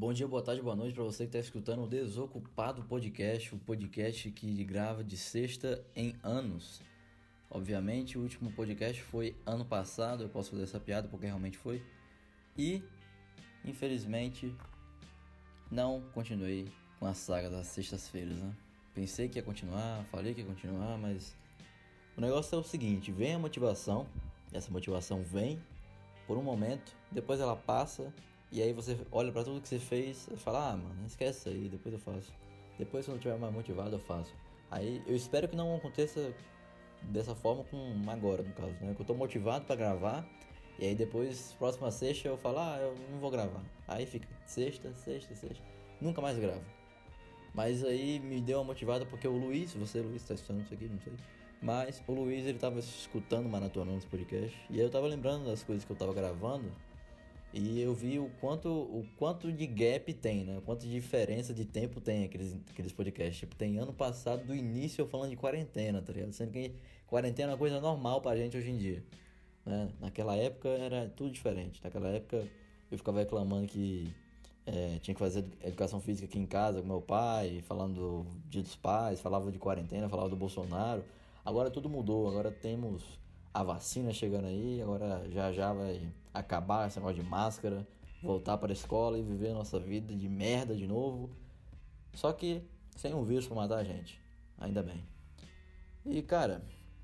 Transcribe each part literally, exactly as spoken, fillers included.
Bom dia, boa tarde, boa noite para você que está escutando o Desocupado Podcast, o podcast que grava de sexta em anos. Obviamente, o último podcast foi ano passado, eu posso fazer essa piada porque realmente foi. E, infelizmente, não continuei com a saga das sextas-feiras, né? Pensei que ia continuar, falei que ia continuar, mas o negócio é o seguinte, vem a motivação, essa motivação vem por um momento, depois ela passa. E aí você olha pra tudo que você fez e fala, ah, mano, esquece isso aí, depois eu faço. Depois, quando eu estiver mais motivado, eu faço. Aí eu espero que não aconteça dessa forma com agora, no caso, né? Que eu tô motivado pra gravar. E aí depois, próxima sexta, eu falo, ah, eu não vou gravar. Aí fica sexta, sexta, sexta. Nunca mais gravo. Mas aí me deu uma motivada porque o Luiz, você Luiz tá escutando isso aqui, não sei. Mas o Luiz, ele tava escutando, maratonando esse podcast. E aí eu tava lembrando das coisas que eu tava gravando. E eu vi o quanto, o quanto de gap tem, né? O quanto de diferença de tempo tem aqueles, aqueles podcasts. Tipo, tem ano passado, do início, eu falando de quarentena, tá ligado? Sendo que quarentena é uma coisa normal pra gente hoje em dia, né? Naquela época era tudo diferente. Naquela época eu ficava reclamando que é, tinha que fazer educação física aqui em casa com meu pai, falando do Dia dos Pais, falava de quarentena, falava do Bolsonaro. Agora tudo mudou, agora temos a vacina chegando aí, agora já já vai acabar esse negócio de máscara, voltar para a escola e viver a nossa vida de merda de novo. Só que sem um vírus para matar a gente, ainda bem. E cara,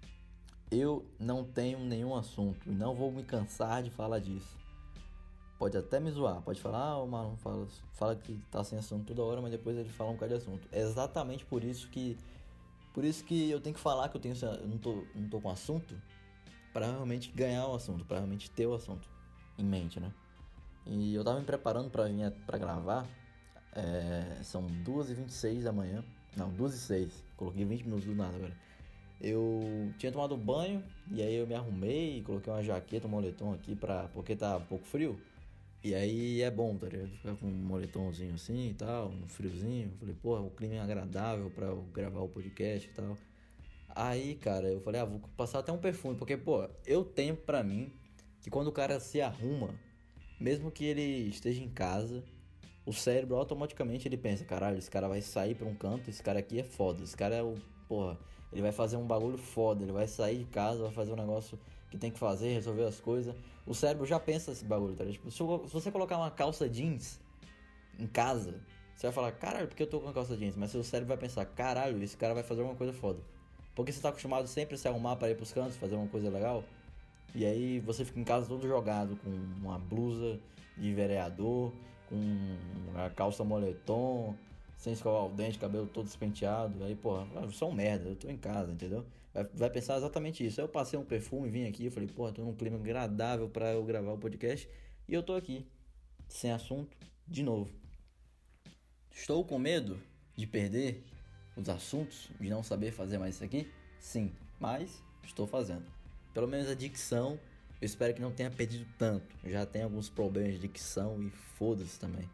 eu não tenho nenhum assunto e não vou me cansar de falar disso. Pode até me zoar, pode falar, ah, o Marlon fala, fala que tá sem assunto toda hora, mas depois ele fala um bocado de assunto. É exatamente por isso que por isso que eu tenho que falar que eu tenho eu não tô, não tô com assunto, para realmente ganhar o assunto, para realmente ter o assunto em mente, né? E eu tava me preparando para vir para gravar, é, são duas e vinte e seis da manhã, não, duas e seis, coloquei vinte minutos do nada agora. Eu tinha tomado banho e aí eu me arrumei, coloquei uma jaqueta, um moletom aqui pra, porque tá um pouco frio. E aí é bom, tá ligado? Ficar com um moletomzinho assim e tal, um friozinho. Eu falei, porra, o clima é agradável pra eu gravar o podcast e tal. Aí, cara, eu falei, ah, vou passar até um perfume, porque, pô, eu tenho pra mim que quando o cara se arruma, mesmo que ele esteja em casa, o cérebro automaticamente ele pensa, caralho, esse cara vai sair pra um canto, esse cara aqui é foda, esse cara é o, porra, ele vai fazer um bagulho foda, ele vai sair de casa, vai fazer um negócio que tem que fazer, resolver as coisas. O cérebro já pensa esse bagulho, tá ligado? Tipo, se você colocar uma calça jeans em casa, você vai falar, caralho, por que eu tô com a calça jeans? Mas seu cérebro vai pensar, caralho, esse cara vai fazer alguma coisa foda. Porque você tá acostumado sempre a se arrumar para ir pros cantos, fazer uma coisa legal. E aí você fica em casa todo jogado, com uma blusa de vereador, com a calça moletom, sem escovar o dente, cabelo todo despenteado. Aí, pô, eu sou um merda, eu tô em casa, entendeu? Vai, vai pensar exatamente isso. Aí eu passei um perfume, vim aqui, eu falei, pô, tô num clima agradável pra eu gravar o podcast. E eu tô aqui, sem assunto, de novo. Estou com medo de perder os assuntos, de não saber fazer mais isso aqui? Sim, mas estou fazendo. Pelo menos a dicção, eu espero que não tenha perdido tanto. Já tem alguns problemas de dicção e foda-se também.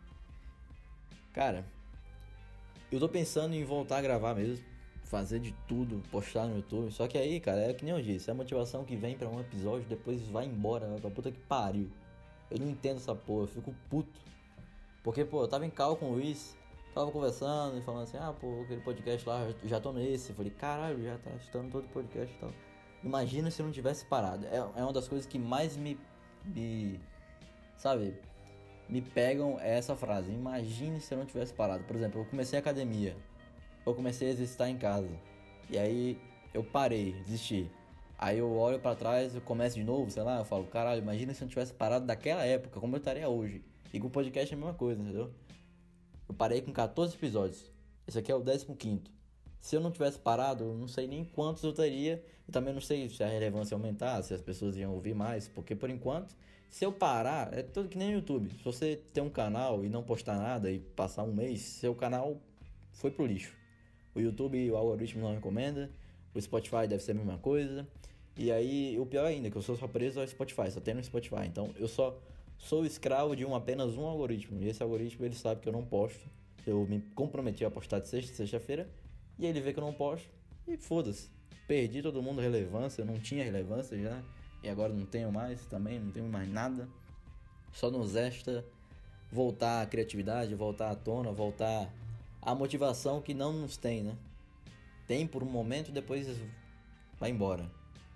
Cara, eu tô pensando em voltar a gravar mesmo, fazer de tudo, postar no YouTube. Só que aí, cara, é que nem eu disse, é a motivação que vem pra um episódio, depois vai embora, vai pra puta que pariu. Eu não entendo essa porra, eu fico puto. Porque, pô, eu tava em cal com o Luiz, tava conversando e falando assim, ah, pô, aquele podcast lá, já tô nesse. Eu falei, caralho, já tá escutando todo o podcast e tal. Imagina se eu não tivesse parado. É, é uma das coisas que mais me, me, sabe, me pegam é essa frase. Imagine se eu não tivesse parado. Por exemplo, eu comecei a academia, eu comecei a exercitar em casa. E aí eu parei, desisti. Aí eu olho pra trás, eu começo de novo, sei lá, eu falo, caralho, imagina se eu não tivesse parado daquela época, como eu estaria hoje. E com o podcast é a mesma coisa, entendeu? Eu parei com catorze episódios. Esse aqui é o décimo quinto. Se eu não tivesse parado, eu não sei nem quantos eu teria. Eu também não sei se a relevância ia aumentar, se as pessoas iam ouvir mais. Porque por enquanto, se eu parar, é tudo que nem no YouTube. Se você tem um canal e não postar nada e passar um mês, seu canal foi pro lixo. O YouTube, o algoritmo não recomenda. O Spotify deve ser a mesma coisa. E aí, o pior ainda, que eu sou só preso ao Spotify, só tenho no Spotify. Então, eu só sou escravo de um, apenas um algoritmo. E esse algoritmo, ele sabe que eu não posto. Eu me comprometi a postar de sexta, sexta-feira. E ele vê que eu não posto. E foda-se. Perdi todo mundo relevância. Eu não tinha relevância já. E agora não tenho mais também. Não tenho mais nada. Só nos resta voltar a criatividade, voltar à tona, voltar a motivação que não nos tem, né? Tem por um momento e depois vai embora.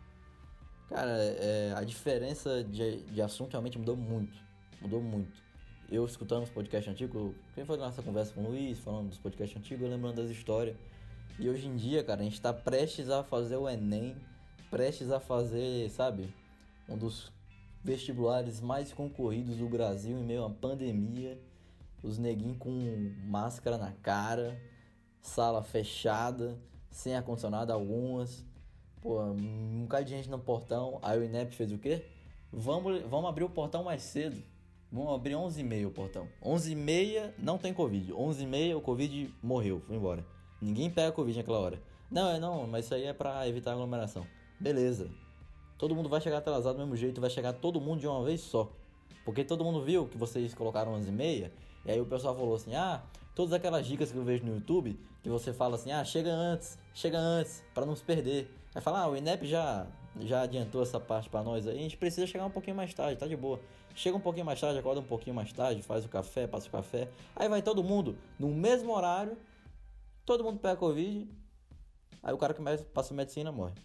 Cara, é, a diferença de, de assunto realmente mudou muito. Mudou muito. Eu escutando os podcasts antigos, quem foi nessa conversa com o Luiz, falando dos podcasts antigos, eu lembrando das histórias. E hoje em dia, cara, a gente tá prestes a fazer o Enem, prestes a fazer, sabe, um dos vestibulares mais concorridos do Brasil em meio a uma pandemia. Os neguinhos com máscara na cara, sala fechada, sem ar-condicionado algumas. Pô, um bocado de gente no portão. Aí o INEP fez o quê? Vamos, vamos abrir o portão mais cedo. Vamos abrir onze e meia o portão. onze e meia não tem Covid. onze e meia o Covid morreu, foi embora. Ninguém pega Covid naquela hora. Não, é não, mas isso aí é pra evitar aglomeração. Beleza. Todo mundo vai chegar atrasado do mesmo jeito. Vai chegar todo mundo de uma vez só. Porque todo mundo viu que vocês colocaram onze e meia. E aí o pessoal falou assim, ah, todas aquelas dicas que eu vejo no YouTube, que você fala assim, ah, chega antes, chega antes, pra não se perder. Aí fala, ah, o INEP já, já adiantou essa parte pra nós aí, a gente precisa chegar um pouquinho mais tarde, tá de boa. Chega um pouquinho mais tarde, acorda um pouquinho mais tarde, faz o café, passa o café. Aí vai todo mundo, no mesmo horário, todo mundo pega Covid, aí o cara que passa medicina morre.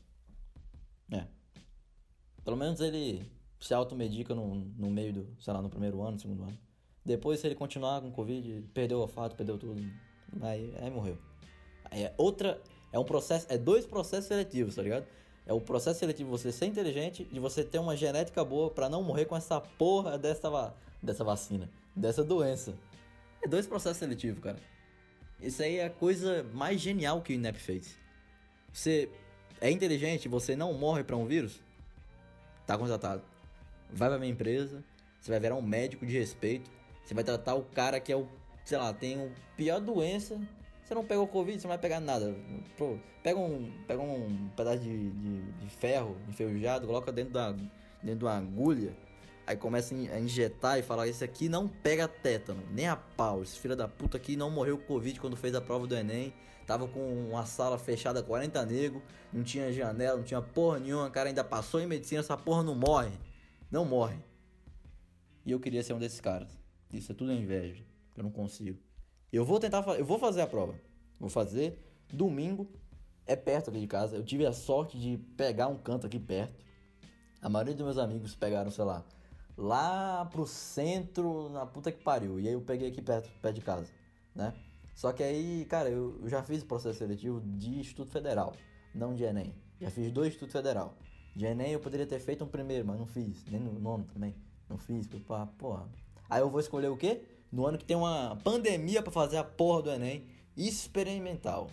É. Pelo menos ele se automedica no, no meio do, sei lá, no primeiro ano, no segundo ano. Depois, se ele continuar com Covid, perdeu o olfato, perdeu tudo, aí, aí morreu. Aí é outra, é um processo, é dois processos seletivos, tá ligado? É o processo seletivo de você ser inteligente, de você ter uma genética boa pra não morrer com essa porra dessa, dessa vacina, dessa doença. É dois processos seletivos, cara. Isso aí é a coisa mais genial que o INEP fez. Você é inteligente, você não morre pra um vírus, tá contratado. Vai pra minha empresa, você vai virar um médico de respeito. Você vai tratar o cara que é o, sei lá, tem a pior doença. Você não pegou Covid, você não vai pegar nada. Pô, pega um, pega um pedaço de, de, de ferro enferrujado, coloca dentro da, dentro de uma agulha. Aí começa a injetar e falar, esse aqui não pega tétano, nem a pau. Esse filho da puta aqui não morreu com Covid quando fez a prova do Enem. Tava com uma sala fechada, quarenta negros, não tinha janela, não tinha porra nenhuma. O cara ainda passou em medicina, essa porra não morre. Não morre. E eu queria ser um desses caras. Isso é tudo inveja. Eu não consigo. Eu vou tentar, eu vou fazer a prova. Vou fazer. Domingo. É perto aqui de casa. Eu tive a sorte de pegar um canto aqui perto. A maioria dos meus amigos pegaram, sei lá, lá pro centro, na puta que pariu. E aí eu peguei aqui perto, perto de casa, né? Só que aí, cara, eu já fiz processo seletivo de Instituto Federal, não de Enem. Já fiz dois Instituto Federal. De Enem eu poderia ter feito um primeiro, mas não fiz. Nem no nono também. Não fiz, porra. Aí eu vou escolher o quê? No ano que tem uma pandemia pra fazer a porra do Enem. Experimental.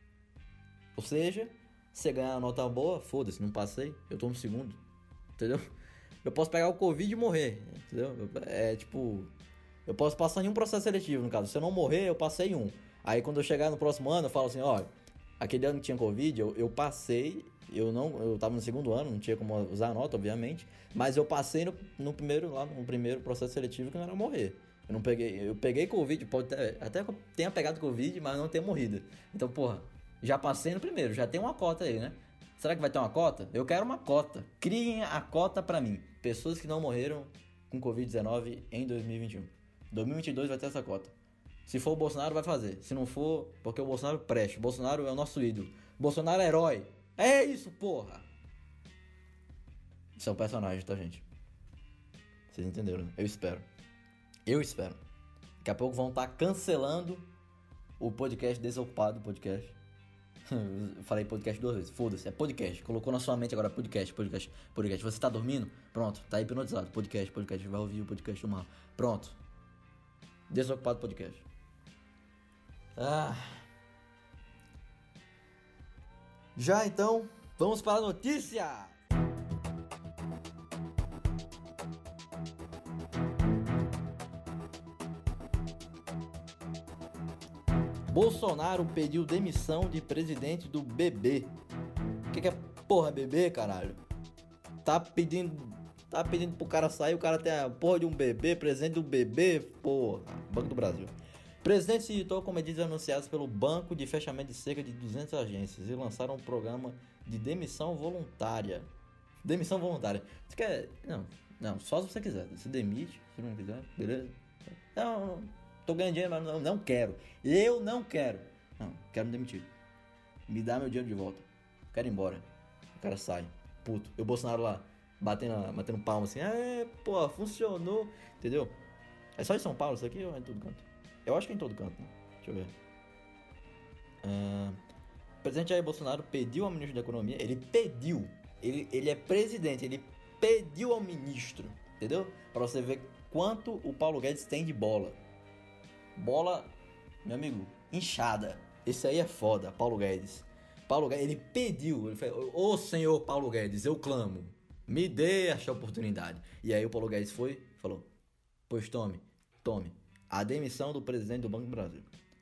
Ou seja, você ganhar uma nota boa, foda-se, não passei, eu tô no segundo. Entendeu? Eu posso pegar o Covid e morrer. Entendeu? É tipo... Eu posso passar em um processo seletivo, no caso. Se eu não morrer, eu passei um. Aí quando eu chegar no próximo ano, eu falo assim, ó... Aquele ano que tinha Covid, eu, eu passei... Eu não, eu tava no segundo ano, não tinha como usar a nota, obviamente. Mas eu passei no, no primeiro, lá no primeiro processo seletivo que não era morrer. Eu não peguei, eu peguei Covid, pode ter, até que eu tenha pegado Covid, mas não ter morrido. Então, porra, já passei no primeiro, já tem uma cota aí, né? Será que vai ter uma cota? Eu quero uma cota. Criem a cota pra mim. Pessoas que não morreram com Covid dezenove em dois mil e vinte e um. dois mil e vinte e dois vai ter essa cota. Se for o Bolsonaro, vai fazer. Se não for, porque o Bolsonaro presta. O Bolsonaro é o nosso ídolo. Bolsonaro é herói. É isso, porra! Isso é um personagem, tá, gente? Vocês entenderam, né? Eu espero. Eu espero. Daqui a pouco vão estar cancelando o podcast Desocupado, podcast. Eu falei podcast duas vezes. Foda-se, é podcast. Colocou na sua mente agora podcast, podcast, podcast. Você tá dormindo? Pronto, tá hipnotizado. Podcast, podcast. Vai ouvir o podcast do mal. Pronto. Desocupado podcast. Ah... Já então, vamos para a notícia! Bolsonaro pediu demissão de presidente do B B. O que, que é porra B B, caralho? Tá pedindo, tá pedindo pro cara sair, o cara tem a porra de um bebê, presidente do B B, porra, Banco do Brasil. O presidente se irritou com medidas anunciadas pelo banco de fechamento de cerca de duzentas agências e lançaram um programa de demissão voluntária. Demissão voluntária. Você quer... Não, não, só se você quiser. Se demite, se não quiser, beleza? Não, tô ganhando dinheiro, mas não, não quero. Eu não quero. Não, quero me demitir. Me dá meu dinheiro de volta. Quero ir embora. O cara sai. Puto. E o Bolsonaro lá, batendo, batendo palma assim. É, pô, funcionou. Entendeu? É só em São Paulo isso aqui ou é em todo canto? Eu acho que é em todo canto, né? Deixa eu ver. Uh, o presidente Jair Bolsonaro pediu ao ministro da Economia. Ele pediu. Ele, ele é presidente. Ele pediu ao ministro. Entendeu? Pra você ver quanto o Paulo Guedes tem de bola. Bola, meu amigo, inchada. Esse aí é foda, Paulo Guedes. Paulo Guedes, ele pediu, ele falou, ô senhor Paulo Guedes, eu clamo, me dê esta oportunidade. E aí o Paulo Guedes foi e falou, pois tome, tome, a demissão do presidente do Banco do Brasil.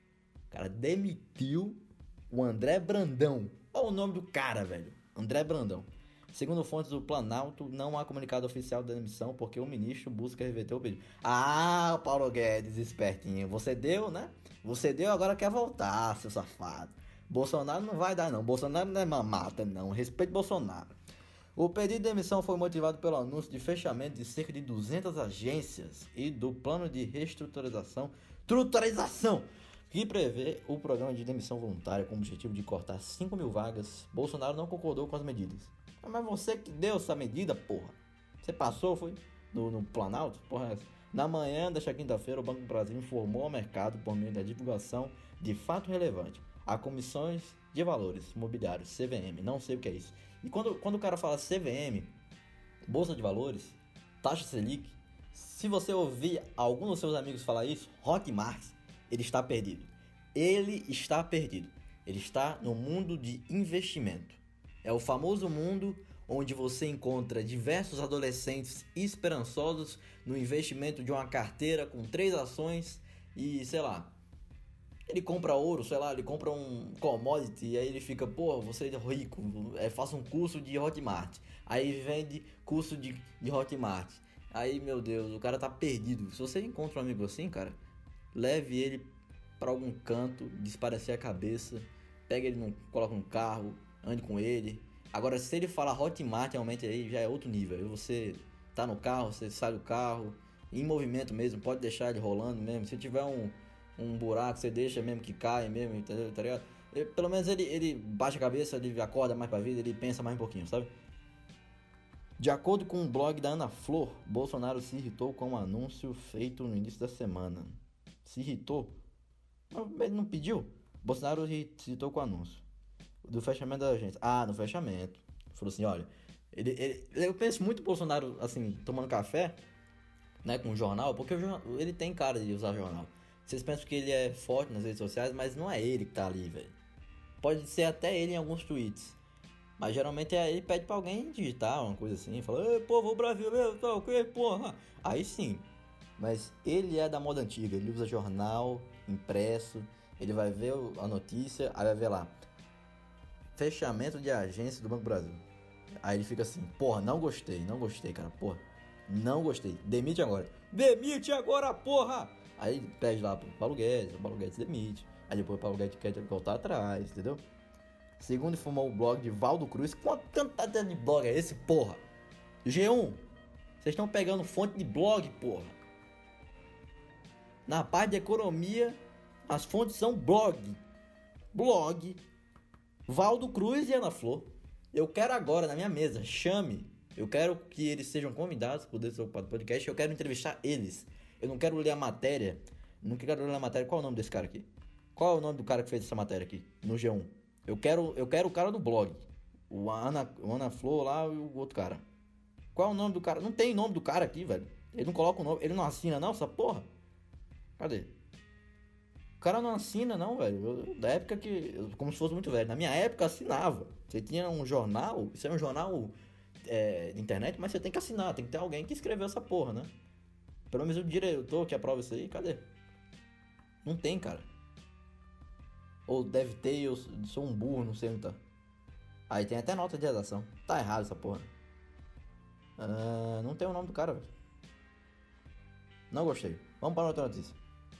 O cara demitiu o André Brandão. Olha o nome do cara, velho, André Brandão. Segundo fontes do Planalto, não há comunicado oficial da demissão porque o ministro busca reverter o pedido. Ah, Paulo Guedes, espertinho. Você deu, né? Você deu, agora quer voltar, seu safado. Bolsonaro não vai dar, não. Bolsonaro não é mamata, não. Respeite Bolsonaro. O pedido de demissão foi motivado pelo anúncio de fechamento de cerca de duzentas agências e do plano de reestruturação, estruturização, que prevê o programa de demissão voluntária com o objetivo de cortar cinco mil vagas. Bolsonaro não concordou com as medidas. Mas você que deu essa medida, porra. Você passou, foi? No, no Planalto? Porra, essa. Na manhã desta quinta-feira, o Banco do Brasil informou ao mercado, por meio da divulgação de fato relevante, a Comissões de Valores Mobiliários, C V M. Não sei o que é isso. E quando, quando o cara fala C V M, Bolsa de Valores, taxa Selic, se você ouvir algum dos seus amigos falar isso, Hotmart, ele está perdido. Ele está perdido. Ele está no mundo de investimento. É o famoso mundo onde você encontra diversos adolescentes esperançosos no investimento de uma carteira com três ações e, sei lá, ele compra ouro, sei lá, ele compra um commodity e aí ele fica, pô, você é rico, é, faça um curso de Hotmart. Aí vende curso de, de Hotmart. Aí, meu Deus, o cara tá perdido. Se você encontra um amigo assim, cara, leve ele pra algum canto, desparecer a cabeça, pega ele, no, coloca no carro, ande com ele. Agora, se ele falar Hotmart, realmente aí já é outro nível. Aí você tá no carro, você sai do carro, em movimento mesmo, pode deixar ele rolando mesmo. Se tiver um, um buraco, você deixa mesmo que cai mesmo, entendeu? Tá ligado? Ele, pelo menos ele, ele baixa a cabeça, ele acorda mais pra vida, ele pensa mais um pouquinho, sabe? De acordo com o blog da Ana Flor, Bolsonaro se irritou com um anúncio feito no início da semana. Se irritou? Mas ele não pediu? Bolsonaro se irritou com o anúncio do fechamento da agência. Ah, no fechamento. Falou assim, olha, ele, ele, eu penso muito Bolsonaro, assim, tomando café, né, com o jornal, porque o jornal, ele tem cara de usar jornal. Vocês pensam que ele é forte nas redes sociais, mas não é ele que tá ali, velho. Pode ser até ele em alguns tweets. Mas geralmente é, ele pede pra alguém digitar uma coisa assim, fala, ei, povo brasileiro, tá ok, porra. Aí sim. Mas ele é da moda antiga, ele usa jornal, impresso, ele vai ver a notícia, aí vai ver lá, fechamento de agência do Banco do Brasil. Aí ele fica assim, porra, não gostei, não gostei, cara, porra, não gostei, demite agora, demite agora, porra. Aí pede lá pro Paulo Guedes, o Paulo Guedes demite, aí depois o Paulo Guedes quer voltar atrás, entendeu? Segundo informou o blog de Valdo Cruz, quanto tanta de blog é esse, porra? G um, vocês estão pegando fonte de blog, porra. Na parte de economia, as fontes são blog, blog, Valdo Cruz e Ana Flor. Eu quero agora na minha mesa, chame. Eu quero que eles sejam convidados para o Desocupado Podcast. Eu quero entrevistar eles. Eu não quero ler a matéria. Não quero ler a matéria. Qual é o nome desse cara aqui? Qual é o nome do cara que fez essa matéria aqui no G um? Eu quero, eu quero o cara do blog. O Ana, o Ana Flor lá e o outro cara. Qual é o nome do cara? Não tem nome do cara aqui, velho. Ele não coloca o nome. Ele não assina não, essa porra. Cadê? O cara não assina não, velho. Eu, da época que... Como se fosse muito velho. Na minha época assinava. Você tinha um jornal. Isso é um jornal é, de internet, mas você tem que assinar. Tem que ter alguém que escreveu essa porra, né? Pelo menos o diretor que aprova isso aí. Cadê? Não tem, cara. Ou deve ter, eu sou um burro, não sei onde tá. Aí tem até nota de redação. Tá errado essa porra. Uh, não tem o nome do cara, velho. Não gostei. Vamos para outra notícia.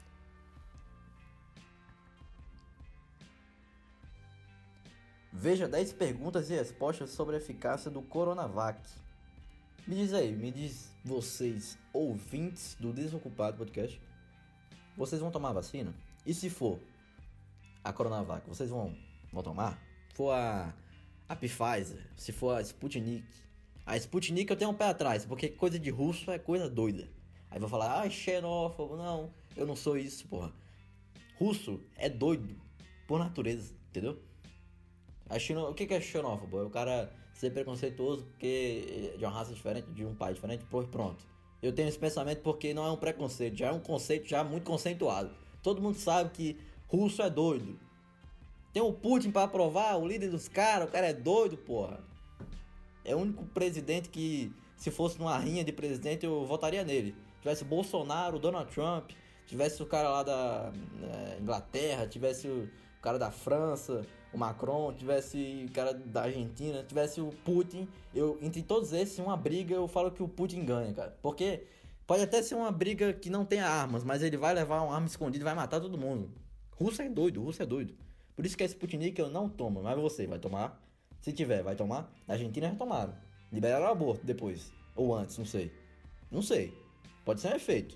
Veja dez perguntas e respostas sobre a eficácia do Coronavac. Me diz aí, me diz vocês, ouvintes do Desocupado Podcast, vocês vão tomar a vacina? E se for a Coronavac, vocês vão, vão tomar? Se for a, a Pfizer, se for a Sputnik. A Sputnik eu tenho um pé atrás, porque coisa de russo é coisa doida. Aí vou falar, ah, xenófobo, não, eu não sou isso, porra. Russo é doido, por natureza, entendeu? A xeno... O que é xenófobo? É o cara ser preconceituoso porque de uma raça diferente, de um país diferente, pronto. Eu tenho esse pensamento porque não é um preconceito, já é um conceito já muito conceituado. Todo mundo sabe que russo é doido. Tem o Putin pra aprovar, o líder dos caras, o cara é doido, porra. É o único presidente que, se fosse numa rinha de presidente, eu votaria nele. Tivesse o Bolsonaro, o Donald Trump, tivesse o cara lá da é, Inglaterra, tivesse o cara da França, o Macron, tivesse o cara da Argentina, tivesse o Putin. Eu, entre todos esses, uma briga, eu falo que o Putin ganha, cara. Porque pode até ser uma briga que não tenha armas, mas ele vai levar uma arma escondida e vai matar todo mundo. Russo é doido, Russo é doido. Por isso que a Sputnik eu não tomo, mas você vai tomar? Se tiver, vai tomar? Na Argentina já tomaram. Liberaram o aborto depois. Ou antes, não sei. Não sei. Pode ser um efeito.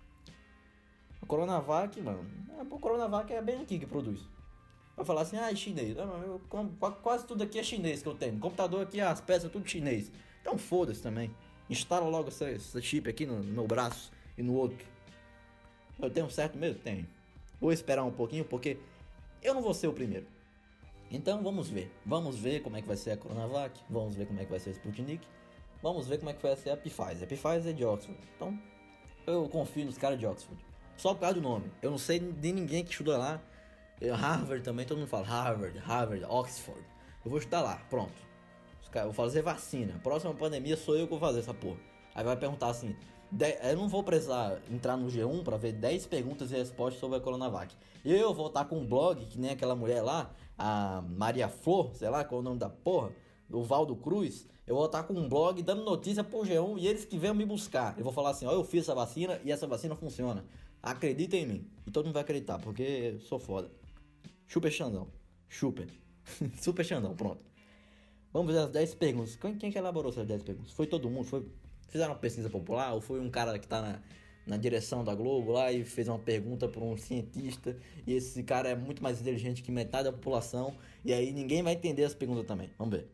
A Coronavac, mano. A Coronavac é bem aqui que produz. Vai falar assim, ah, é chinês. Eu, quase tudo aqui é chinês que eu tenho. O computador aqui, as peças, tudo chinês. Então foda-se também. Instala logo essa, essa chip aqui no, no meu braço e no outro. Eu tenho certo mesmo? Tenho. Vou esperar um pouquinho porque eu não vou ser o primeiro. Então vamos ver. Vamos ver como é que vai ser a Coronavac. Vamos ver como é que vai ser a Sputnik. Vamos ver como é que vai ser a Pfizer. A Pfizer é de Oxford. Então eu confio nos caras de Oxford. Só por causa do nome. Eu não sei de ninguém que estuda lá. Harvard também, todo mundo fala Harvard, Harvard, Oxford. Eu vou estudar lá, pronto. Eu vou fazer vacina. Próxima pandemia sou eu que vou fazer essa porra. Aí vai perguntar assim, eu não vou precisar entrar no G um pra ver dez perguntas e respostas sobre a Coronavac. Eu vou estar com um blog, que nem aquela mulher lá, a Maria Flor, sei lá qual é o nome da porra, do Valdo Cruz. Eu vou estar com um blog dando notícia pro G um e eles que venham me buscar. Eu vou falar assim, ó, eu fiz essa vacina e essa vacina funciona. Acredita em mim. E todo mundo vai acreditar, porque eu sou foda. Super Xandão. Super. Super Xandão, pronto. Vamos ver as dez perguntas. Quem, quem que elaborou essas dez perguntas? Foi todo mundo? Foi... Fizeram uma pesquisa popular? Ou foi um cara que tá na, na direção da Globo lá e fez uma pergunta para um cientista? E esse cara é muito mais inteligente que metade da população. E aí ninguém vai entender as perguntas também. Vamos ver.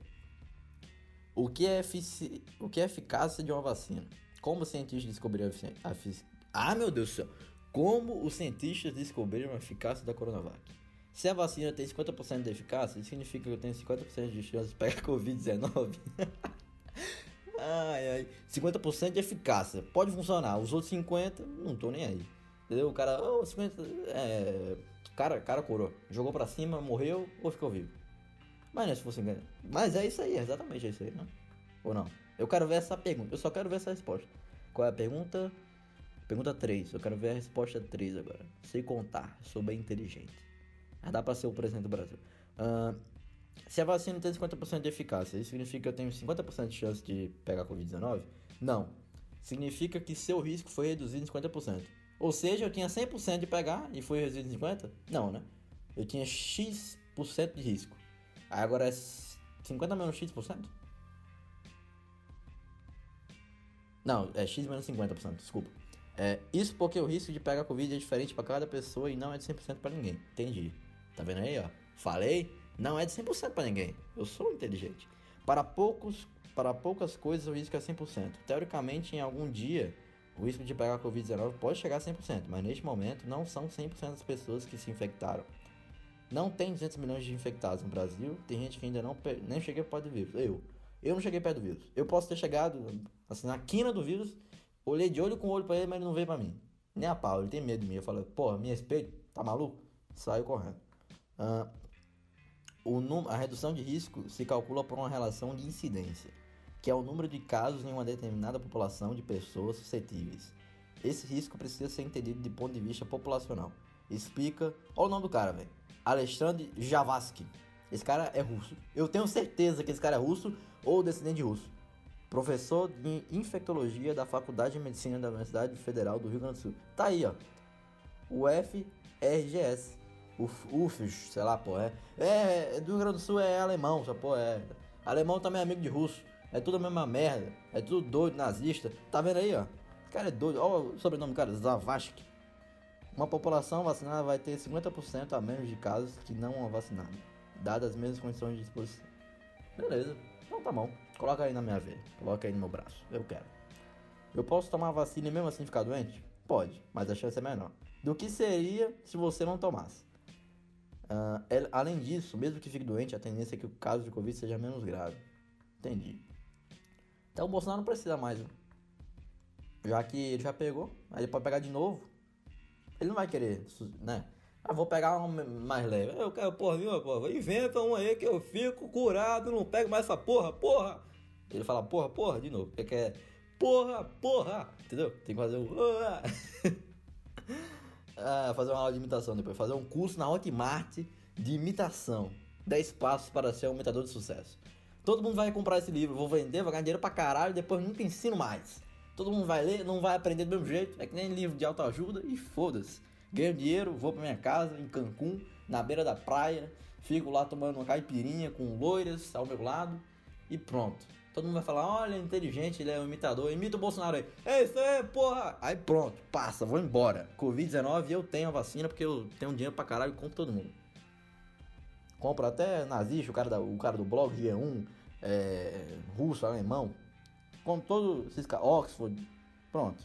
O que é, efici... o que é eficácia de uma vacina? Como os cientistas descobriram a eficácia? Ah, meu Deus do céu! Como os cientistas descobriram a eficácia da Coronavac? Se a vacina tem cinquenta por cento de eficácia, isso significa que eu tenho cinquenta por cento de chance de pegar covid dezenove? Ai, ai. cinquenta por cento de eficácia. Pode funcionar. Os outros cinquenta por cento, não tô nem aí. Entendeu? O cara, oh, cinquenta por cento, é... Cara, cara curou. Jogou pra cima, morreu ou ficou vivo. Mas, né, se fosse... Mas é isso aí, exatamente é isso aí, não? Ou não? Eu quero ver essa pergunta. Eu só quero ver essa resposta. Qual é a pergunta? Pergunta três. Eu quero ver a resposta três agora. Sei contar. Sou bem inteligente. Dá pra ser o presidente do Brasil. Uh, se a vacina tem cinquenta por cento de eficácia, isso significa que eu tenho cinquenta por cento de chance de pegar covid dezenove? Não. Significa que seu risco foi reduzido em cinquenta por cento. Ou seja, eu tinha cem por cento de pegar e foi reduzido em cinquenta por cento? Não, né? Eu tinha X% de risco. Aí agora é cinquenta menos X%? Não, é X menos cinquenta por cento, desculpa. É, isso porque o risco de pegar Covid é diferente para cada pessoa e não é de cem por cento para ninguém. Entendi. Tá vendo aí, ó? Falei, não é de cem por cento para ninguém. Eu sou inteligente. Para poucos, para poucas coisas o risco é cem por cento. Teoricamente, em algum dia, o risco de pegar covid dezenove pode chegar a cem por cento, mas neste momento não são cem por cento das pessoas que se infectaram. Não tem duzentos milhões de infectados no Brasil. Tem gente que ainda não nem cheguei perto do vírus. Eu. Eu não cheguei perto do vírus. Eu posso ter chegado assim, na quina do vírus, olhei de olho com olho para ele, mas ele não veio para mim. Nem a pau, ele tem medo de mim. Eu falei, porra, me respeito, tá maluco? Saiu correndo. Uh, o num, a redução de risco se calcula por uma relação de incidência, que é o número de casos em uma determinada população de pessoas suscetíveis. Esse risco precisa ser entendido de ponto de vista populacional. Explica... Olha o nome do cara, velho. Alexandre Javatsky. Esse cara é russo. Eu tenho certeza que esse cara é russo ou descendente de russo. Professor de infectologia da Faculdade de Medicina da Universidade Federal do Rio Grande do Sul. Tá aí, ó. O F R G S. Uf, uf, sei lá, pô. É, é, do Rio Grande do Sul é alemão, só pô. É. Alemão também é amigo de russo. É tudo a mesma merda. É tudo doido, nazista. Tá vendo aí, ó? O cara é doido. Olha o sobrenome do cara, Zavascki. Uma população vacinada vai ter cinquenta por cento a menos de casos que não vacinados, dadas as mesmas condições de exposição. Beleza, então tá bom. Coloca aí na minha veia, coloca aí no meu braço, eu quero. Eu posso tomar a vacina e mesmo assim ficar doente? Pode, mas a chance é menor do que seria se você não tomasse. Uh, é, além disso, mesmo que fique doente, a tendência é que o caso de Covid seja menos grave. Entendi. Então o Bolsonaro não precisa mais, viu? Já que ele já pegou, aí ele pode pegar de novo. Ele não vai querer, né? Ah, vou pegar um mais leve. Eu quero, porra, viu, porra? Inventa um aí que eu fico curado, não pego mais essa porra, porra. Ele fala, porra, porra, de novo. Porque quer, porra, porra. Entendeu? Tem que fazer um... ah, fazer uma aula de imitação depois. Fazer um curso na Hotmart de imitação. dez passos para ser um imitador de sucesso. Todo mundo vai comprar esse livro. Vou vender, vou ganhar dinheiro pra caralho. Depois nunca ensino mais. Todo mundo vai ler, não vai aprender do mesmo jeito. É que nem livro de autoajuda e foda-se. Ganho dinheiro, vou pra minha casa em Cancún, na beira da praia. Fico lá tomando uma caipirinha com loiras ao meu lado. E pronto. Todo mundo vai falar, olha, ele é inteligente, ele é um imitador. Imita o Bolsonaro aí. É isso aí, porra! Aí pronto, passa, vou embora. covid dezenove, eu tenho a vacina porque eu tenho dinheiro pra caralho e compro todo mundo. Compro até nazista, o cara, da, o cara do blog, G um, é, russo, alemão. Compro todos esses caras, Oxford. Pronto.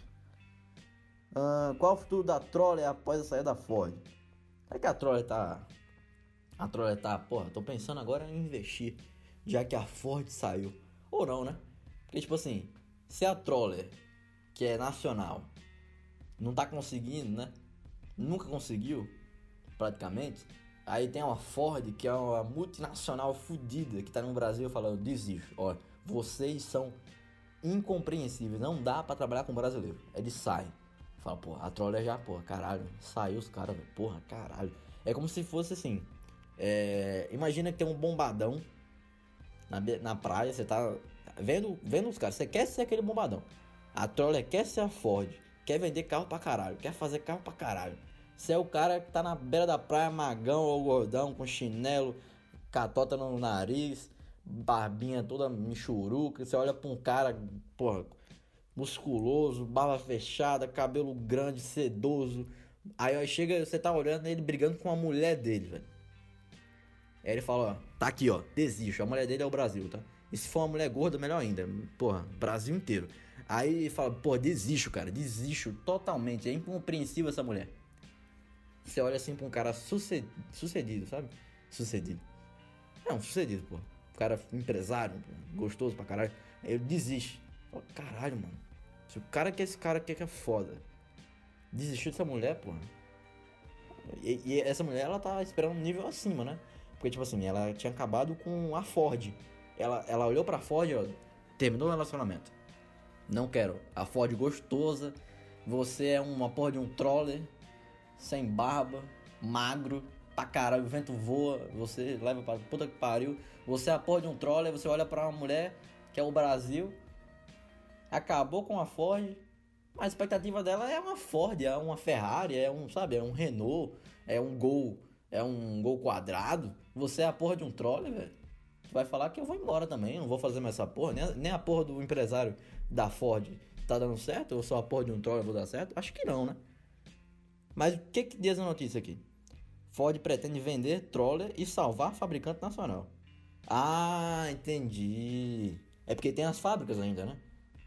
Uh, qual o futuro da Troller após a saída da Ford? É que a Troller tá... A Troller tá... Porra, tô pensando agora em investir, já que a Ford saiu. Ou não, né? Porque, tipo assim, se a Troller, que é nacional, não tá conseguindo, né? Nunca conseguiu, praticamente. Aí tem uma Ford, que é uma multinacional fodida, que tá no Brasil falando, desisto. Olha, vocês são incompreensíveis, não dá pra trabalhar com brasileiro. Eles saem. Fala, porra, a Troller já, porra, caralho, saiu os caras, porra, caralho. É como se fosse assim, é... imagina que tem um bombadão na, na praia, você tá vendo, vendo os caras, você quer ser aquele bombadão. A Troller quer ser a Ford, quer vender carro pra caralho, quer fazer carro pra caralho. Você é o cara que tá na beira da praia, magão ou gordão, com chinelo, catota no nariz, barbinha toda michuruca, você olha pra um cara, porra, musculoso, barba fechada, cabelo grande, sedoso. Aí, aí chega, você tá olhando ele brigando com a mulher dele, velho. Aí ele fala, ó, tá aqui, ó, desisto. A mulher dele é o Brasil, tá? E se for uma mulher gorda, melhor ainda. Porra, Brasil inteiro. Aí ele fala, porra, desisto, cara, desisto totalmente. É incompreensível essa mulher. Você olha assim pra um cara sucedido, sucedido, sabe? Sucedido. É um sucedido, porra. Um cara empresário, gostoso pra caralho. Aí ele desiste. Fala, caralho, mano. Se o cara que esse cara quer que é foda desistiu dessa mulher, porra. E, e essa mulher, ela tá esperando um nível acima, né? Porque, tipo assim, ela tinha acabado com a Ford. Ela, ela olhou pra Ford, ó, terminou o relacionamento. Não quero. A Ford gostosa. Você é uma porra de um troller. Sem barba. Magro. Pra caralho. O vento voa. Você leva pra puta que pariu. Você é a porra de um troller. Você olha pra uma mulher que é o Brasil. Acabou com a Ford. A expectativa dela é uma Ford, é uma Ferrari, é um, sabe, é um Renault, é um Gol, é um Gol quadrado. Você é a porra de um troller, velho. Tu vai falar que eu vou embora também, não vou fazer mais essa porra. Nem a, nem a porra do empresário da Ford tá dando certo? Eu sou a porra de um troller, vou dar certo? Acho que não, né? Mas o que que diz a notícia aqui? Ford pretende vender troller e salvar fabricante nacional. Ah, entendi. É porque tem as fábricas ainda, né?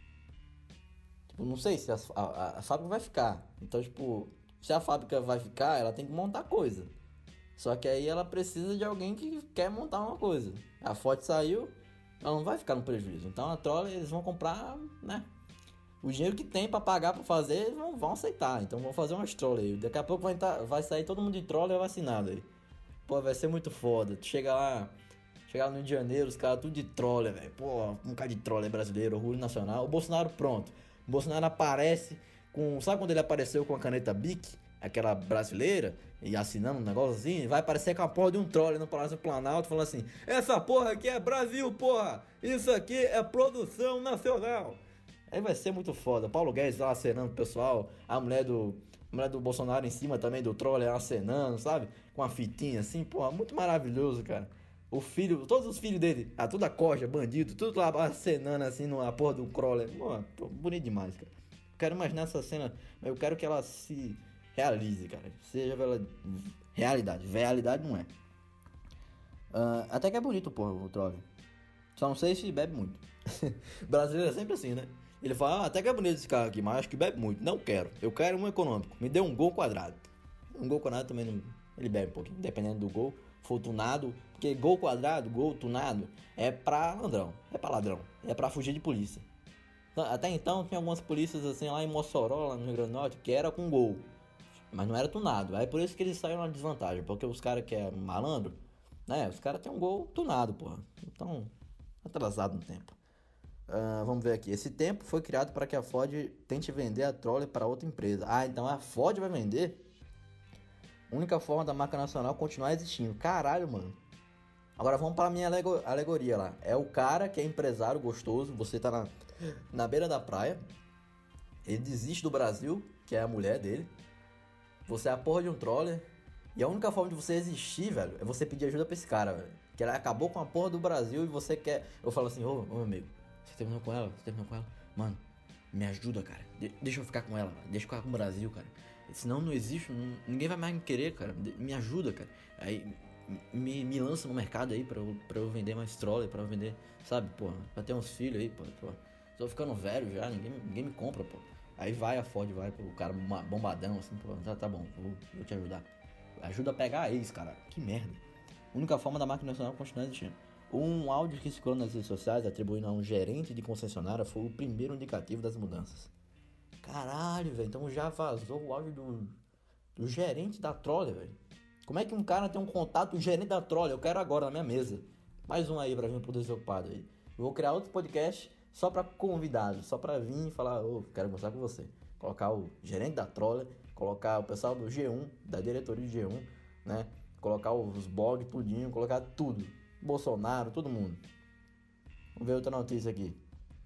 Tipo, não sei se a, a, a fábrica vai ficar. Então, tipo, se a fábrica vai ficar, ela tem que montar coisa. Só que aí ela precisa de alguém que quer montar uma coisa. A Ford saiu, ela não vai ficar no prejuízo. Então a Troller, eles vão comprar, né? O dinheiro que tem pra pagar pra fazer, eles vão, vão aceitar. Então vão fazer umas Troller aí. Daqui a pouco vai, entrar, vai sair todo mundo de Troller vacinado aí. Pô, vai ser muito foda. Tu chega lá, chega lá no Rio de Janeiro, os caras tudo de Troller, velho. Pô, um cara de Troller brasileiro, orgulho nacional. O Bolsonaro pronto. O Bolsonaro aparece com... Sabe quando ele apareceu com a caneta Bic? Aquela brasileira, e assinando um negócio assim, vai aparecer com a porra de um troller no Palácio do Planalto, falando assim, essa porra aqui é Brasil, porra! Isso aqui é produção nacional! Aí vai ser muito foda. Paulo Guedes lá acenando o pessoal, a mulher do... A mulher do Bolsonaro em cima também do troller acenando, sabe? Com a fitinha assim, porra, muito maravilhoso, cara. O filho, todos os filhos dele, a toda coja, bandido, tudo lá acenando assim numa porra do troller. Pô, bonito demais, cara. Quero imaginar essa cena, mas eu quero que ela se... realize, cara. Seja pela realidade. Realidade não é. Uh, até que é bonito, porra, o trolley. Só não sei se bebe muito. Brasileiro é sempre assim, né? Ele fala, ah, até que é bonito esse carro aqui, mas acho que bebe muito. Não quero. Eu quero um econômico. Me dê um Gol quadrado. Um Gol quadrado também não... Ele bebe um pouquinho, dependendo do Gol. For tunado. Porque Gol quadrado, Gol tunado, é pra ladrão. É pra ladrão. É pra fugir de polícia. Até então, tinha algumas polícias assim lá em Mossoró, lá no Rio Grande do Norte, que era com Gol. Mas não era tunado. Aí por isso que eles saíram na desvantagem. Porque os caras que é malandro, né? Os caras têm um Gol tunado, porra. Então, atrasado no tempo. Uh, vamos ver aqui. Esse tempo foi criado para que a Ford tente vender a Troller para outra empresa. Ah, então a Ford vai vender? A única forma da marca nacional continuar existindo. Caralho, mano. Agora vamos para a minha alegoria lá. É o cara que é empresário gostoso. Você tá na, na beira da praia. Ele desiste do Brasil, que é a mulher dele. Você é a porra de um Troller. E a única forma de você existir, velho, é você pedir ajuda pra esse cara, velho. Que ela acabou com a porra do Brasil e você quer... Eu falo assim, ô, ô meu amigo, você terminou com ela? Você terminou com ela? Mano, me ajuda, cara. De- deixa eu ficar com ela, mano. Deixa eu ficar com o Brasil, cara. Senão não existe, não- ninguém vai mais me querer, cara. De- me ajuda, cara. Aí me, me lança no mercado aí pra eu, pra eu vender mais Troller, pra eu vender, sabe, pô, pra ter uns filhos aí, pô. pô. Tô ficando velho já, ninguém, ninguém me compra, pô. Aí vai a Ford, vai pro cara bombadão, assim, pô, tá, tá bom, vou, vou te ajudar. Ajuda a pegar eles, cara. Que merda. A única forma da marca nacional continuar existindo. Um áudio que circulou nas redes sociais atribuindo a um gerente de concessionária foi o primeiro indicativo das mudanças. Caralho, velho. Então já vazou o áudio do, do gerente da Troller, velho. Como é que um cara tem um contato do gerente da Troller? Eu quero agora na minha mesa. Mais um aí pra vir pro Desocupado aí. Eu vou criar outro podcast só pra convidados. Só pra vir e falar, ô, oh, quero conversar com você. Colocar o gerente da Troller, colocar o pessoal do G um, da diretoria do G um, né? Colocar os blogs, tudinho, colocar tudo. Bolsonaro, todo mundo. Vamos ver outra notícia aqui.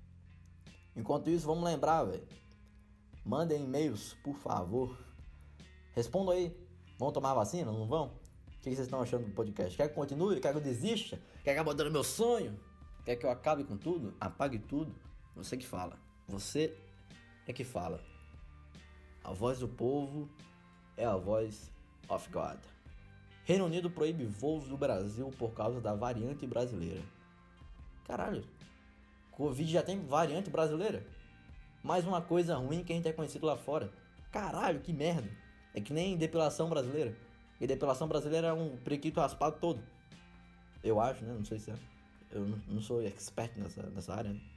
Enquanto isso, vamos lembrar, velho. Mandem e-mails, por favor. Respondam aí. Vão tomar vacina? Não vão? O que vocês estão achando do podcast? Quer que continue? Quer que eu desista? Quer que eu abandone meu sonho? Quer que eu acabe com tudo? Apague tudo? Você que fala. Você é que fala. A voz do povo é a voz of God. Reino Unido proíbe voos do Brasil por causa da variante brasileira. Caralho. Covid já tem variante brasileira? Mais uma coisa ruim que a gente é conhecido lá fora. Caralho, que merda. É que nem depilação brasileira. E depilação brasileira é um prequito raspado todo. Eu acho, né? Não sei se é. Eu não sou expert nessa, nessa área, né?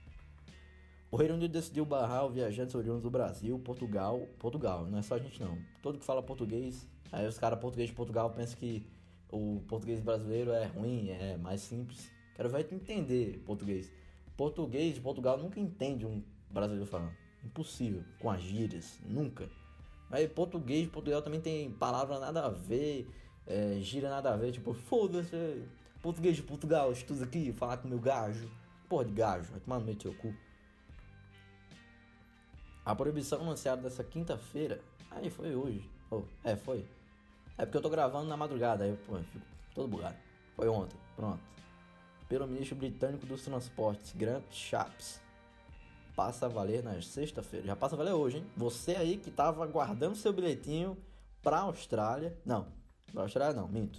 O Reino Unido decidiu barrar os viajantes oriundos do Brasil, Portugal... Portugal, não é só a gente não. Todo que fala português... Aí os caras português de Portugal pensam que o português brasileiro é ruim, é mais simples. Quero ver tu entender português. Português de Portugal nunca entende um brasileiro falando. Impossível. Com as gírias. Nunca. Mas português de Portugal também tem palavra nada a ver, é, gíria nada a ver. Tipo, foda-se, português de Portugal, estuda aqui, falar com meu gajo. Porra de gajo, vai tomar no meio do seu cu. A proibição anunciada dessa quinta-feira... Aí, foi hoje. Oh, é, foi. É porque eu tô gravando na madrugada, aí eu pô, fico todo bugado. Foi ontem, pronto. Pelo ministro britânico dos transportes, Grant Shapps. Passa a valer na sexta-feira. Já passa a valer hoje, hein? Você aí que tava guardando seu bilhetinho pra Austrália. Não, pra Austrália não, minto.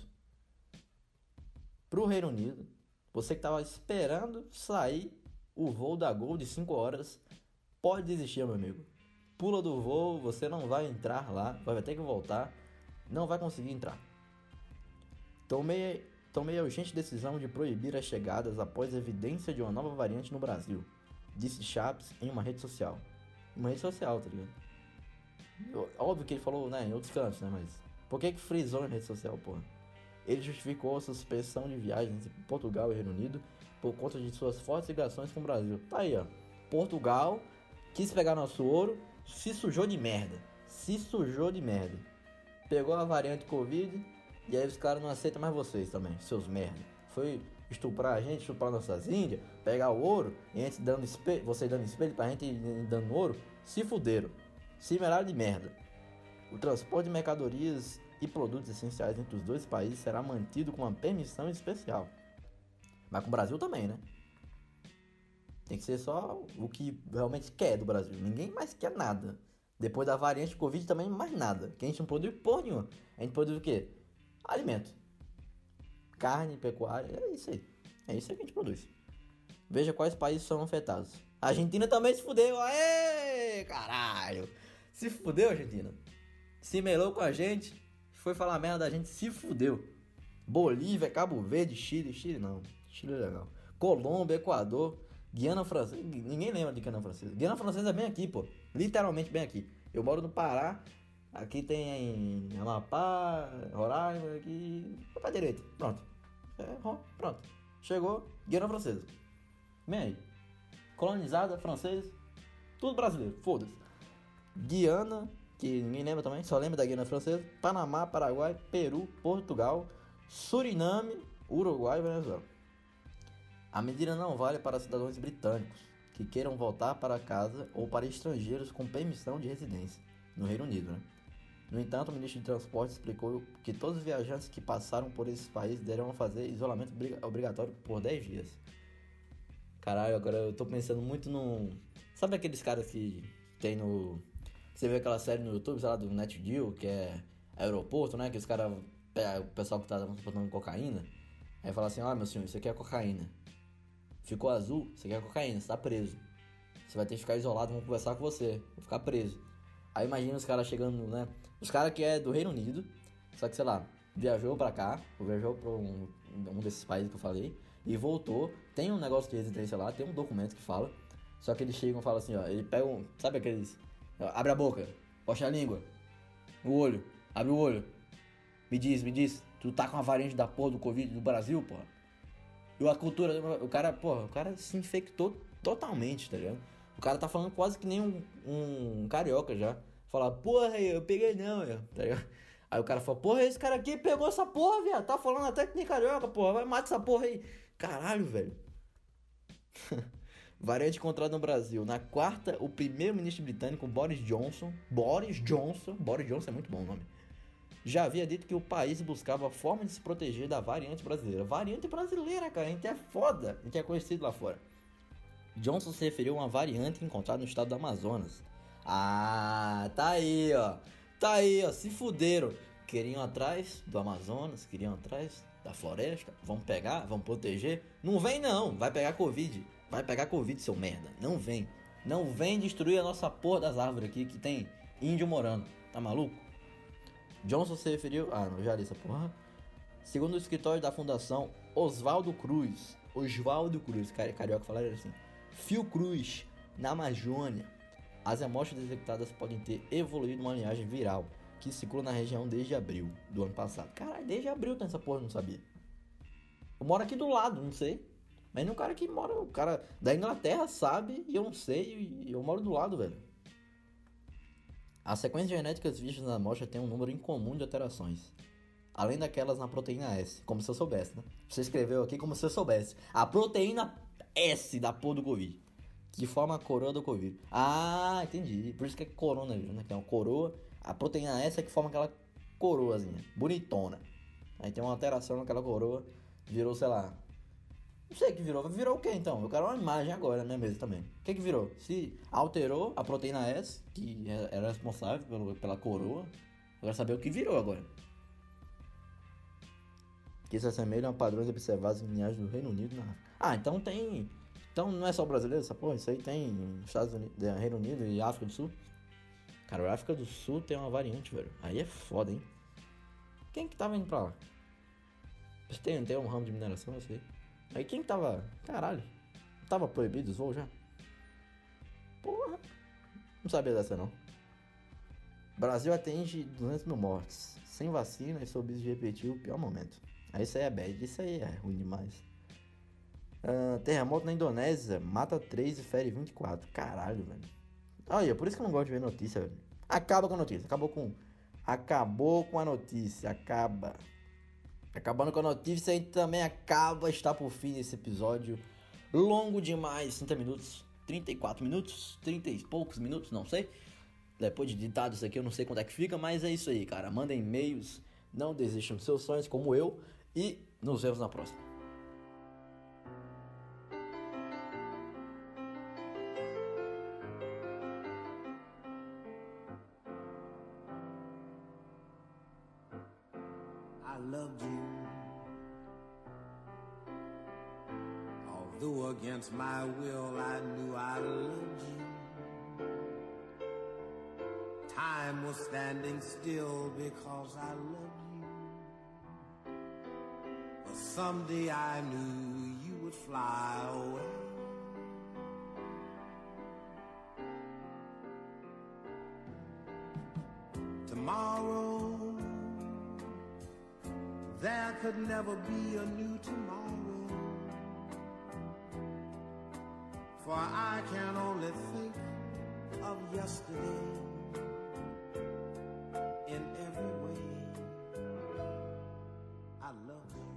Pro Reino Unido. Você que tava esperando sair o voo da Gol de cinco horas. Pode desistir, meu amigo. Pula do voo, você não vai entrar lá. Vai ter que voltar. Não vai conseguir entrar. Tomei, tomei a urgente decisão de proibir as chegadas após a evidência de uma nova variante no Brasil, disse Shapps em uma rede social. Uma rede social, tá ligado? Óbvio que ele falou, né, em outros cantos, né, mas... Por que que frisou em rede social, porra? Ele justificou a suspensão de viagens entre Portugal e Reino Unido por conta de suas fortes ligações com o Brasil. Tá aí, ó. Portugal quis pegar nosso ouro, se sujou de merda. Se sujou de merda. Pegou a variante Covid e aí os caras não aceitam mais vocês também, seus merda. Foi estuprar a gente, estuprar nossas índias, pegar o ouro e a gente dando espelho, vocês dando espelho pra gente e dando ouro, se fuderam. Se meraram de merda. O transporte de mercadorias e produtos essenciais entre os dois países será mantido com uma permissão especial. Mas com o Brasil também, né? Tem que ser só o que realmente quer do Brasil. Ninguém mais quer nada. Depois da variante Covid também mais nada. Que a gente não produz porra nenhuma. A gente produz o quê? Alimento. Carne, pecuária, é isso aí. É isso aí que a gente produz. Veja quais países são afetados. A Argentina também se fudeu. Aê, caralho. Se fudeu, Argentina. Se melou com a gente. Foi falar merda da gente, se fudeu. Bolívia, Cabo Verde, Chile. Chile não. Chile é legal. Colômbia, Equador, Guiana Francesa. Ninguém lembra de Guiana Francesa. Guiana Francesa é bem aqui, pô. Literalmente bem aqui. Eu moro no Pará. Aqui tem Amapá, Roraima, aqui. Vai pra direita. Pronto. É, pronto. Chegou, Guiana Francesa. Bem aí. Colonizada, francês. Tudo brasileiro. Foda-se. Guiana, que ninguém lembra também. Só lembra da Guiana Francesa. Panamá, Paraguai, Peru, Portugal, Suriname, Uruguai e Venezuela. A medida não vale para cidadãos britânicos que queiram voltar para casa ou para estrangeiros com permissão de residência no Reino Unido, né? No entanto, o ministro de Transporte explicou que todos os viajantes que passaram por esses países deverão fazer isolamento obrigatório por dez dias. Caralho, agora eu tô pensando muito no... Sabe aqueles caras que tem no... Você vê aquela série no YouTube, sei lá, do NetGeo, que é aeroporto, né? Que os caras pegam o pessoal que tá transportando cocaína. Aí fala assim, ó, ah, meu senhor, isso aqui é cocaína. Ficou azul, isso aqui é cocaína, você tá preso. Você vai ter que ficar isolado, vamos conversar com você. Vou ficar preso. Aí imagina os caras chegando, né? Os caras que é do Reino Unido, só que, sei lá, viajou pra cá, ou viajou pra um, um desses países que eu falei, e voltou, tem um negócio de residência lá, tem um documento que fala, só que eles chegam e falam assim, ó, ele pega um, sabe aqueles, abre a boca, puxa a língua, o olho, abre o olho, me diz, me diz, tu tá com a variante da porra do Covid do Brasil, porra? E a cultura, o cara, porra, o cara se infectou totalmente, tá ligado? O cara tá falando quase que nem um, um carioca já. Fala, porra, eu peguei não, eu, tá ligado? Aí o cara fala, porra, esse cara aqui pegou essa porra, viado. Tá falando até que nem carioca, porra. Vai, mata essa porra aí. Caralho, velho. Variante encontrada no Brasil. Na quarta, o primeiro-ministro britânico, Boris Johnson. Boris Johnson. Boris Johnson é muito bom o nome. Já havia dito que o país buscava a forma de se proteger da variante brasileira. Variante brasileira, cara. A gente é foda. A gente é conhecido lá fora. Johnson se referiu a uma variante encontrada no estado do Amazonas. Ah, tá aí, ó. Tá aí, ó. Se fuderam. Queriam atrás do Amazonas, queriam atrás da floresta. Vamos pegar, vamos proteger. Não vem não, vai pegar Covid. Vai pegar Covid, seu merda. Não vem. Não vem destruir a nossa porra das árvores aqui que tem índio morando. Tá maluco? Johnson se referiu... Ah, não, já li essa porra. Segundo o escritório da Fundação Oswaldo Cruz. Oswaldo Cruz, cara, carioca falaram assim. Fiocruz, na Amazônia, as amostras detectadas podem ter evoluído uma linhagem viral que circula na região desde abril do ano passado. Caralho, desde abril tem essa porra, eu não sabia. Eu moro aqui do lado, não sei. Mas não, o cara que mora, o cara da Inglaterra sabe e eu não sei e eu moro do lado, velho. As sequências genéticas vistas na amostra têm um número incomum de alterações, além daquelas na proteína S, como se eu soubesse, né? Você escreveu aqui como se eu soubesse. A proteína S da porra do Covid, que forma a coroa do Covid. Ah, entendi. Por isso que é coronavírus, né? Que é uma coroa. A proteína S é que forma aquela coroazinha, bonitona. Aí tem uma alteração naquela coroa, virou, sei lá. Não sei o que virou. Virou o que então? Eu quero uma imagem agora, né, mesmo também. O que que virou? Se alterou a proteína S, que era responsável pelo, pela coroa, eu quero saber o que virou agora. Que se assemelham a padrões observados em linhagens do Reino Unido na África. Ah, então tem... Então não é só brasileiro essa porra? Isso aí tem Estados Unidos, Reino Unido e África do Sul? Cara, a África do Sul tem uma variante, velho. Aí é foda, hein? Quem que tava indo pra lá? Tem, tem um ramo de mineração, eu sei. Aí quem que tava... Caralho. Tava proibido os voos já? Porra. Não sabia dessa, não. Brasil atinge duzentos mil mortes. Sem vacina e sob de repetir o pior momento. Aí isso aí é bad. Isso aí é ruim demais. Uh, terremoto na Indonésia. Mata três e fere vinte e quatro. Caralho, velho. Olha, por isso que eu não gosto de ver notícia, velho. Acaba com a notícia. Acabou com... Acabou com a notícia. Acaba. Acabando com a notícia, a gente também acaba. Está por fim esse episódio. Longo demais. trinta minutos. trinta e quatro minutos. trinta e poucos minutos, não sei. Depois de ditado isso aqui, eu não sei quanto é que fica. Mas é isso aí, cara. Mandem e-mails. Não desistam dos seus sonhos, como eu. E nos vemos na próxima. loved you. Although against my will I knew I loved you. Time was standing still because I loved you. But someday I knew you would fly away. Tomorrow, there could never be a new tomorrow, for I can only think of yesterday in every way. I love you.